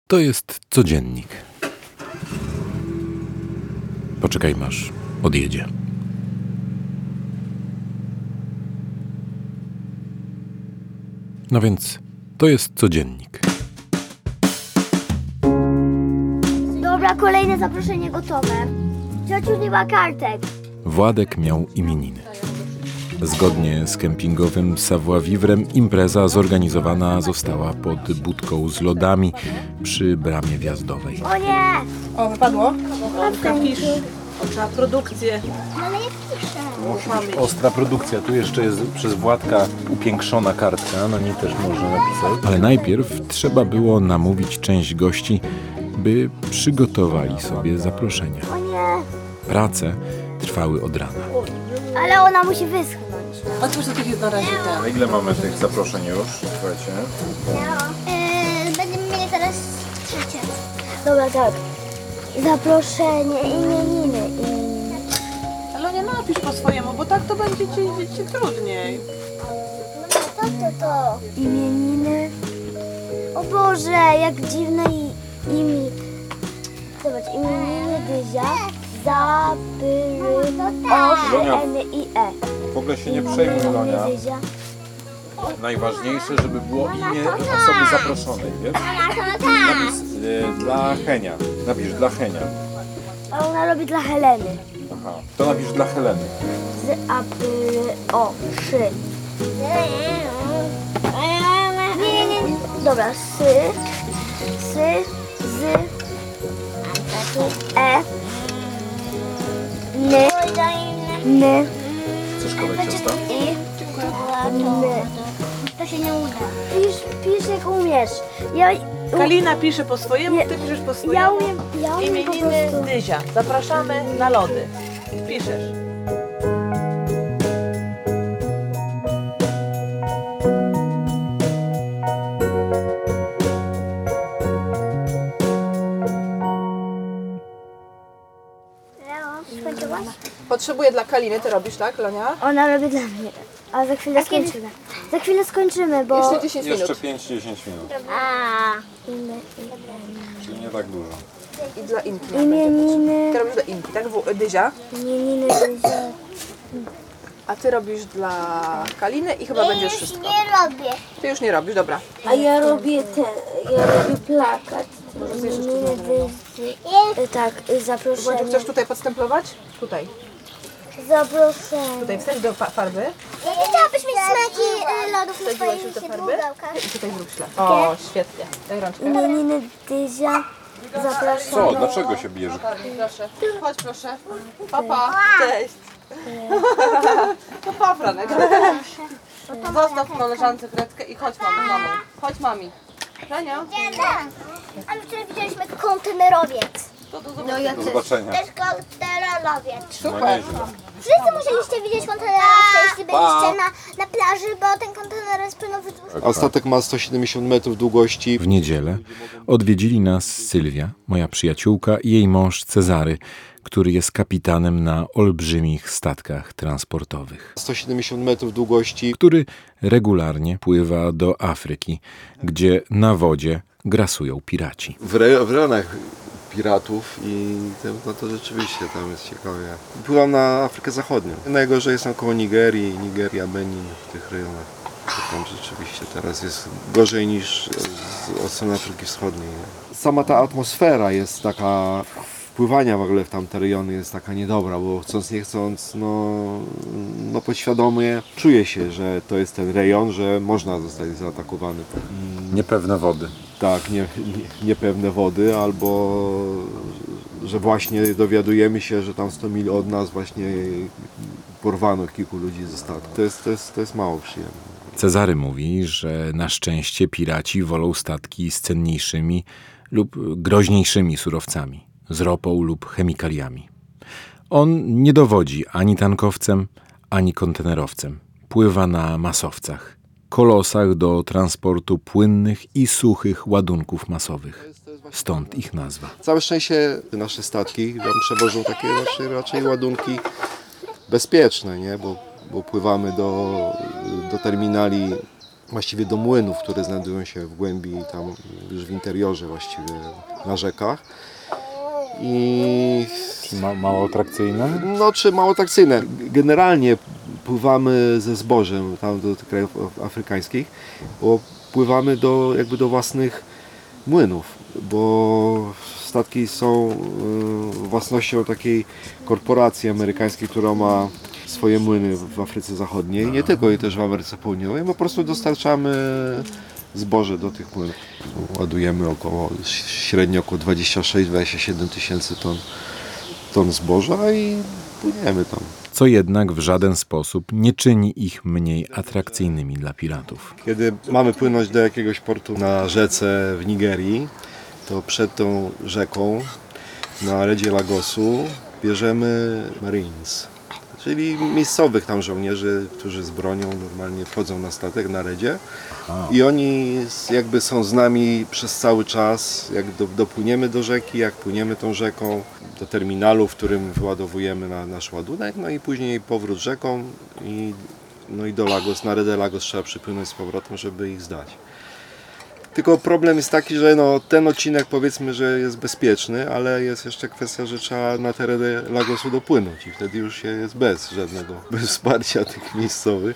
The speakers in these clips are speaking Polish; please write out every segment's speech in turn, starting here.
To jest codziennik. Poczekaj, masz odjedzie. No więc to jest codziennik. Dobra, kolejne zaproszenie gotowe. Ciociu nie ma kartek. Władek miał imieniny. Zgodnie z kempingowym savoir-vivre'em impreza zorganizowana została pod budką z lodami przy bramie wjazdowej. O nie! O, wypadło? Pisz. Trzeba produkcję. Ale jak piszę? Musi być ostra produkcja. Tu jeszcze jest przez Władka upiększona kartka, na niej też można napisać. Ale najpierw trzeba było namówić część gości, by przygotowali sobie zaproszenia. O nie! Prace trwały od rana. Ale ona musi wyschnąć. Otwórz do tych na razie A ile mamy tych zaproszeń już? Słuchajcie. Będziemy mieli teraz trzecie. Dobra, tak. Zaproszenie, imieniny. Ale nie napisz po swojemu, bo tak to będzie ci trudniej. To. Imieniny. O Boże, jak dziwne imię. Zobacz, imieniny Dyzia. O-N-I-E. W ogóle się nie przejmuj, Lonia. Dyzia. Najważniejsze, żeby było imię osoby zaproszonej, wiesz? Napisz dla Henia. Napisz dla Henia. A ona robi dla Heleny. Aha. To napisz dla Heleny. Z-A-P-O-3. Nie. Dobra, z, e, n, Chcesz kawałek ciasta? to się nie uda. Pisz jak umiesz. Kalina pisze po swojemu, ty piszesz po swojemu. Ja umiem po Imieniny prostu. Dyzia. Zapraszamy na lody. Piszesz. Skończyłaś? Potrzebuję dla Kaliny, ty robisz, tak, Lonia? Ona robi dla mnie. A za chwilę skończymy. Za chwilę skończymy, bo... Jeszcze 10 minut. Jeszcze 5-10 minut. Czyli nie tak dużo. I dla Inki. Imieniny. Ty robisz dla Inki, tak? Dyzia. Imieniny Dyzia. A ty robisz dla Kaliny i chyba będziesz wszystko. Nie robię. Ty już nie robisz, dobra. A ja robię plakat. Imieniny Dyzia. Tak, Wojciech, zaproszenie. chcesz tutaj podstemplować? Tutaj. Zaproszenie. Tutaj wstać do farby. Ja nie chciałabyś mieć smaki lodów na Wsadziłaś już do farby? I tutaj zrób ślad. O, świetnie. Daj rączkę. Imieniny Dyzia. Zapraszam. Co? Dlaczego się bijesz? Proszę. Chodź proszę. Papa. Cześć. To pa, Franek. Zostaw koleżance kredkę i chodź mamą. Chodź mami. Frania. A my wczoraj widzieliśmy kontenerowiec. To do No zobaczenia. Do zobaczenia. Też kontenerowiec. No nieźle. Wszyscy musieliście widzieć kontenerowiec, jeśli byliście na plaży, bo ten kontenerowiec płynął wzdłuż. A statek ma 170 metrów długości. W niedzielę odwiedzili nas Sylwia, moja przyjaciółka, i jej mąż Cezary, który jest kapitanem na olbrzymich statkach transportowych, 170 metrów długości. który regularnie pływa do Afryki, gdzie na wodzie grasują piraci. W rejonach piratów i no to rzeczywiście tam jest ciekawie. Pływam na Afrykę Zachodnią. Najgorzej jest tam koło Nigerii, Nigeria, Benin, w tych rejonach. To tam rzeczywiście teraz jest gorzej niż od strony Afryki Wschodniej. Sama ta atmosfera jest taka, wpływania w ogóle w tamte rejony jest taka niedobra, bo chcąc nie chcąc, no podświadomie czuje się, że to jest ten rejon, że można zostać zaatakowany. Niepewne wody. Tak, niepewne wody, albo że właśnie dowiadujemy się, że tam 100 mil od nas właśnie porwano kilku ludzi ze statku. To jest mało przyjemne. Cezary mówi, że na szczęście piraci wolą statki z cenniejszymi lub groźniejszymi surowcami, z ropą lub chemikaliami. On nie dowodzi ani tankowcem, ani kontenerowcem. Pływa na masowcach, kolosach do transportu płynnych i suchych ładunków masowych. Stąd ich nazwa. Całe szczęście nasze statki tam przewożą takie raczej ładunki bezpieczne, nie? Bo pływamy do terminali właściwie do młynów, które znajdują się w głębi, tam już w interiorze właściwie na rzekach. I Mało atrakcyjne? no, czy mało atrakcyjne. Generalnie pływamy ze zbożem tam do tych krajów afrykańskich, bo pływamy jakby do własnych młynów, bo statki są własnością takiej korporacji amerykańskiej, która ma swoje młyny w Afryce Zachodniej, nie tylko, i też w Ameryce Południowej. Po prostu dostarczamy zboże do tych młynów. Ładujemy średnio około 26-27 tysięcy ton zboża i płyniemy tam. Co jednak w żaden sposób nie czyni ich mniej atrakcyjnymi dla piratów. Kiedy mamy płynąć do jakiegoś portu na rzece w Nigerii, to przed tą rzeką na redzie Lagosu bierzemy Marines, czyli miejscowych tam żołnierzy, którzy z bronią normalnie wchodzą na statek na redzie i oni jakby są z nami przez cały czas, jak dopłyniemy do rzeki, jak płyniemy tą rzeką do terminalu, w którym wyładowujemy nasz ładunek, no i później powrót rzeką i do Lagos, na redę Lagos trzeba przypłynąć z powrotem, żeby ich zdać. Tylko problem jest taki, że ten odcinek powiedzmy, że jest bezpieczny, ale jest jeszcze kwestia, że trzeba na teren Lagosu dopłynąć i wtedy już się jest bez wsparcia tych miejscowych.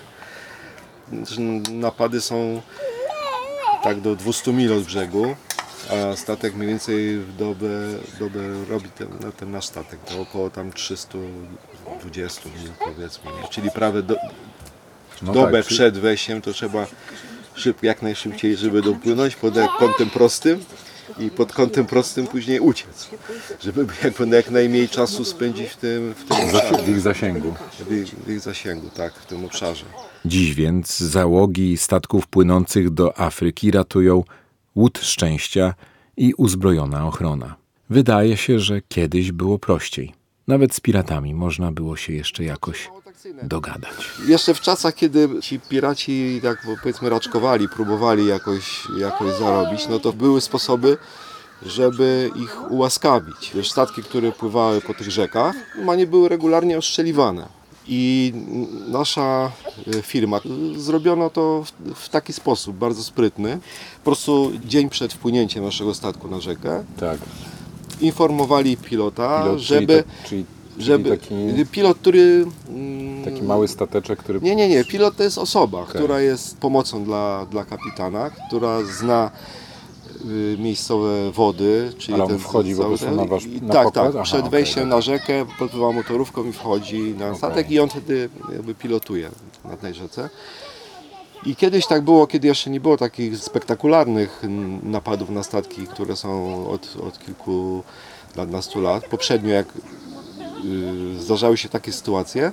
Napady są tak do 200 mil od brzegu, a statek mniej więcej w dobę robi ten nasz statek, to około tam 320 mil powiedzmy, czyli prawie dobę przed wejściem to trzeba jak najszybciej, żeby dopłynąć pod kątem prostym i pod kątem prostym później uciec, żeby jak najmniej czasu spędzić w tym obszarze. W ich zasięgu. W ich zasięgu, tak, w tym obszarze. Dziś więc załogi statków płynących do Afryki ratują łódź szczęścia i uzbrojona ochrona. Wydaje się, że kiedyś było prościej. Nawet z piratami można było się jeszcze jakoś dogadać. Jeszcze w czasach, kiedy ci piraci tak powiedzmy raczkowali, próbowali jakoś zarobić, no to były sposoby, żeby ich ułaskawić. Wiesz, statki, które pływały po tych rzekach, nie były regularnie ostrzeliwane. I nasza firma zrobiono to w taki sposób, bardzo sprytny. Po prostu dzień przed wpłynięciem naszego statku na rzekę informowali pilota, żeby pilot, który... Taki mały stateczek, który... Nie. Pilot to jest osoba, która jest pomocą dla kapitana, która zna miejscowe wody, czyli ale on wchodzi po prostu na tak, pokład? Tak, przed wejściem na rzekę podpływa motorówką i wchodzi na statek i on wtedy jakby pilotuje na tej rzece. I kiedyś tak było, kiedy jeszcze nie było takich spektakularnych napadów na statki, które są od kilkunastu lat. Poprzednio jak zdarzały się takie sytuacje,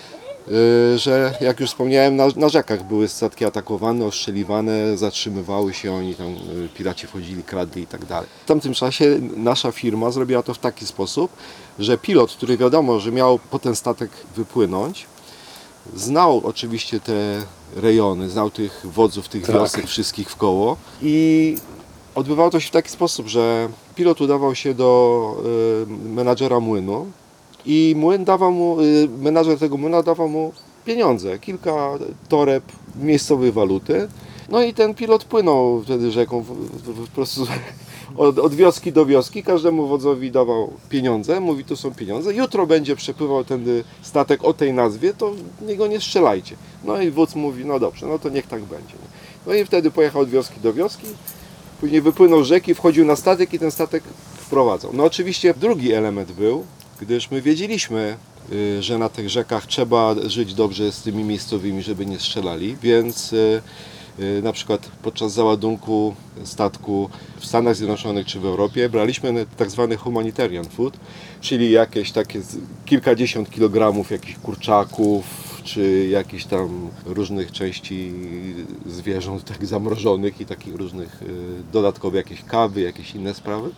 że jak już wspomniałem, na rzekach były statki atakowane, ostrzeliwane, zatrzymywały się, oni tam, piraci wchodzili, kradli i tak dalej. W tamtym czasie nasza firma zrobiła to w taki sposób, że pilot, który wiadomo, że miał po ten statek wypłynąć, znał oczywiście te rejony, znał tych wodzów, tych wiosek wszystkich w koło i odbywało to się w taki sposób, że pilot udawał się do menadżera młynu i menadżer tego młyna dawał mu pieniądze, kilka toreb miejscowej waluty. No i ten pilot płynął wtedy rzeką po prostu od wioski do wioski, każdemu wodzowi dawał pieniądze, mówi tu są pieniądze, jutro będzie przepływał ten statek o tej nazwie, to niego nie strzelajcie. No i wódz mówi, no dobrze, no to niech tak będzie. No i wtedy pojechał od wioski do wioski, później wypłynął z rzeki, wchodził na statek i ten statek wprowadzał. No oczywiście drugi element był, gdyż my wiedzieliśmy, że na tych rzekach trzeba żyć dobrze z tymi miejscowymi, żeby nie strzelali, więc na przykład podczas załadunku statku w Stanach Zjednoczonych czy w Europie braliśmy tak zwany humanitarian food, czyli jakieś takie kilkadziesiąt kilogramów jakichś kurczaków, czy jakichś tam różnych części zwierząt tak zamrożonych i takich różnych dodatkowych jakieś kawy, jakieś inne sprawy.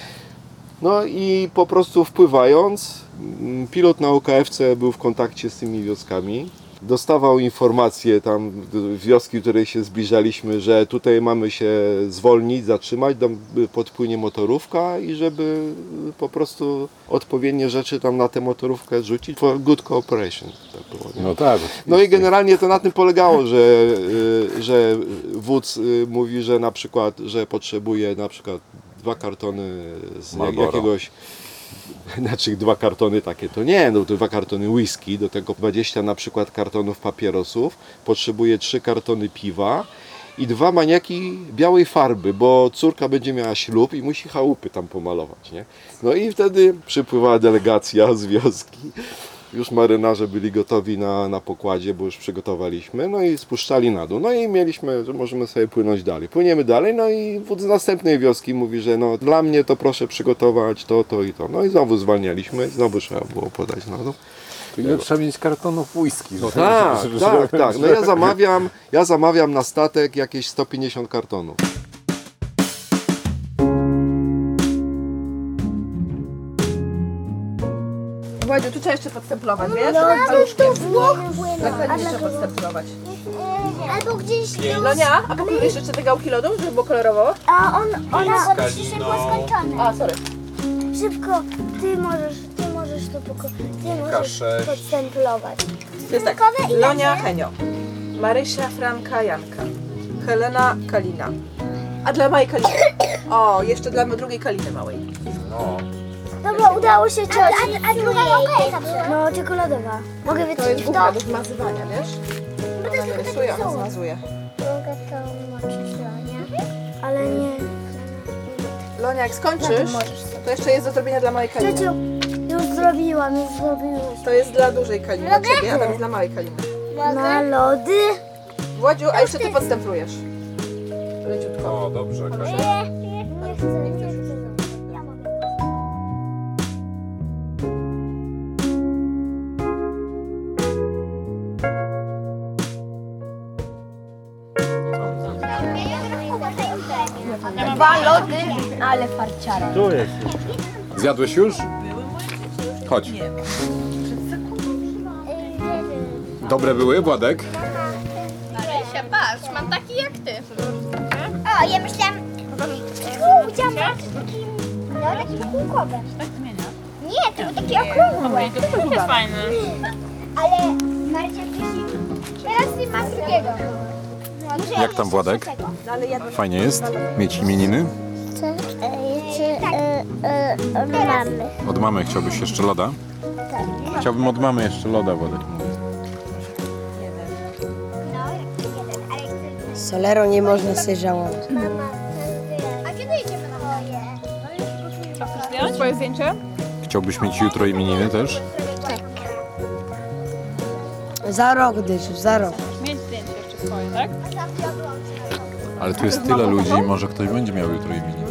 No i po prostu wpływając, pilot na UKF-ce był w kontakcie z tymi wioskami dostawał informacje tam wioski, której się zbliżaliśmy, że tutaj mamy się zwolnić, zatrzymać, tam podpłynie motorówka i żeby po prostu odpowiednie rzeczy tam na tę motorówkę rzucić for good cooperation. Tak było, nie? No tak. No i generalnie to na tym polegało, że wódz mówi, że na przykład, że potrzebuje na przykład 2 kartony z Marlboro. jakiegoś, znaczy 2 kartony takie to nie, no to 2 kartony whisky, do tego 20 na przykład kartonów papierosów, potrzebuje 3 kartony piwa i 2 maniaki białej farby, bo córka będzie miała ślub i musi chałupy tam pomalować, nie? No i wtedy przypływała delegacja z wioski. Już marynarze byli gotowi na pokładzie, bo już przygotowaliśmy, no i spuszczali na dół. No i mieliśmy, że możemy sobie płynąć dalej. Płyniemy dalej, no i wódz z następnej wioski mówi, że no dla mnie to proszę przygotować to i to. No i znowu zwalnialiśmy, znowu trzeba było podać na dół. Ile trzeba mieć kartonów whisky? No tak. No ja zamawiam na statek jakieś 150 kartonów. Władziu, tu trzeba jeszcze podstemplować, wiesz? No, Paluszkiem. to Włoch płyną. Zakładnie trzeba podstemplować. Albo gdzieś Lonia, a pokrujesz jeszcze te gałki lodu, żeby było kolorowo? A ona bo dzisiaj było skończone. A, sorry. Szybko, ty możesz to ty możesz K6. podstemplować. To jest tak, Gotowe i Lonia, lecę. Henio, Marysia, Franka, Janka, Helena, Kalina. A dla małej Kaliny? O, jeszcze dla drugiej Kaliny małej. No. Dobra, udało się cioci. A druga jaka? No, czekoladowa. Mogę To wytrzymać jest to? głupia do zmazywania, wiesz? Bo to jest Ona tylko rysuje, takie ona słowo. zmazuje. Mogę to moczyć, Lonia. Ale nie. Lonia, jak skończysz, to jeszcze jest do zrobienia dla małej Kaliny. Ciociu, już zrobiłaś. To jest dla dużej Kaliny, dla ciebie, a tam jest dla małej Kaliny. Na lody. Władziu, a jeszcze ty podstemplujesz. Leciutko. O, dobrze, Kasia. Nie chcę. Ja mogę. Dwa lody, ale farciara. Zjadłeś już? Chodź. Dobre były, Władek? Marysia, patrz, mam taki jak ty. O, ja myślałam... Chciałam taki... No, taki kółkowy. Nie, to był taki okrągły. To też jest fajne. Ale Marcia teraz nie ma drugiego. Jak tam, Władek? Fajnie jest mieć imieniny? Mamy. Od mamy chciałbyś jeszcze loda? Chciałbym od mamy jeszcze loda, Władek mówi. Solero nie można sobie żałować. A kiedy idziemy na moje? Twoje zdjęcie? Chciałbyś mieć jutro imieniny też? Za rok, Dysiu, za rok. Mieć zdjęcie jeszcze swoje, tak? Ale tu jest tyle ludzi, może ktoś będzie miał jutro imieniny.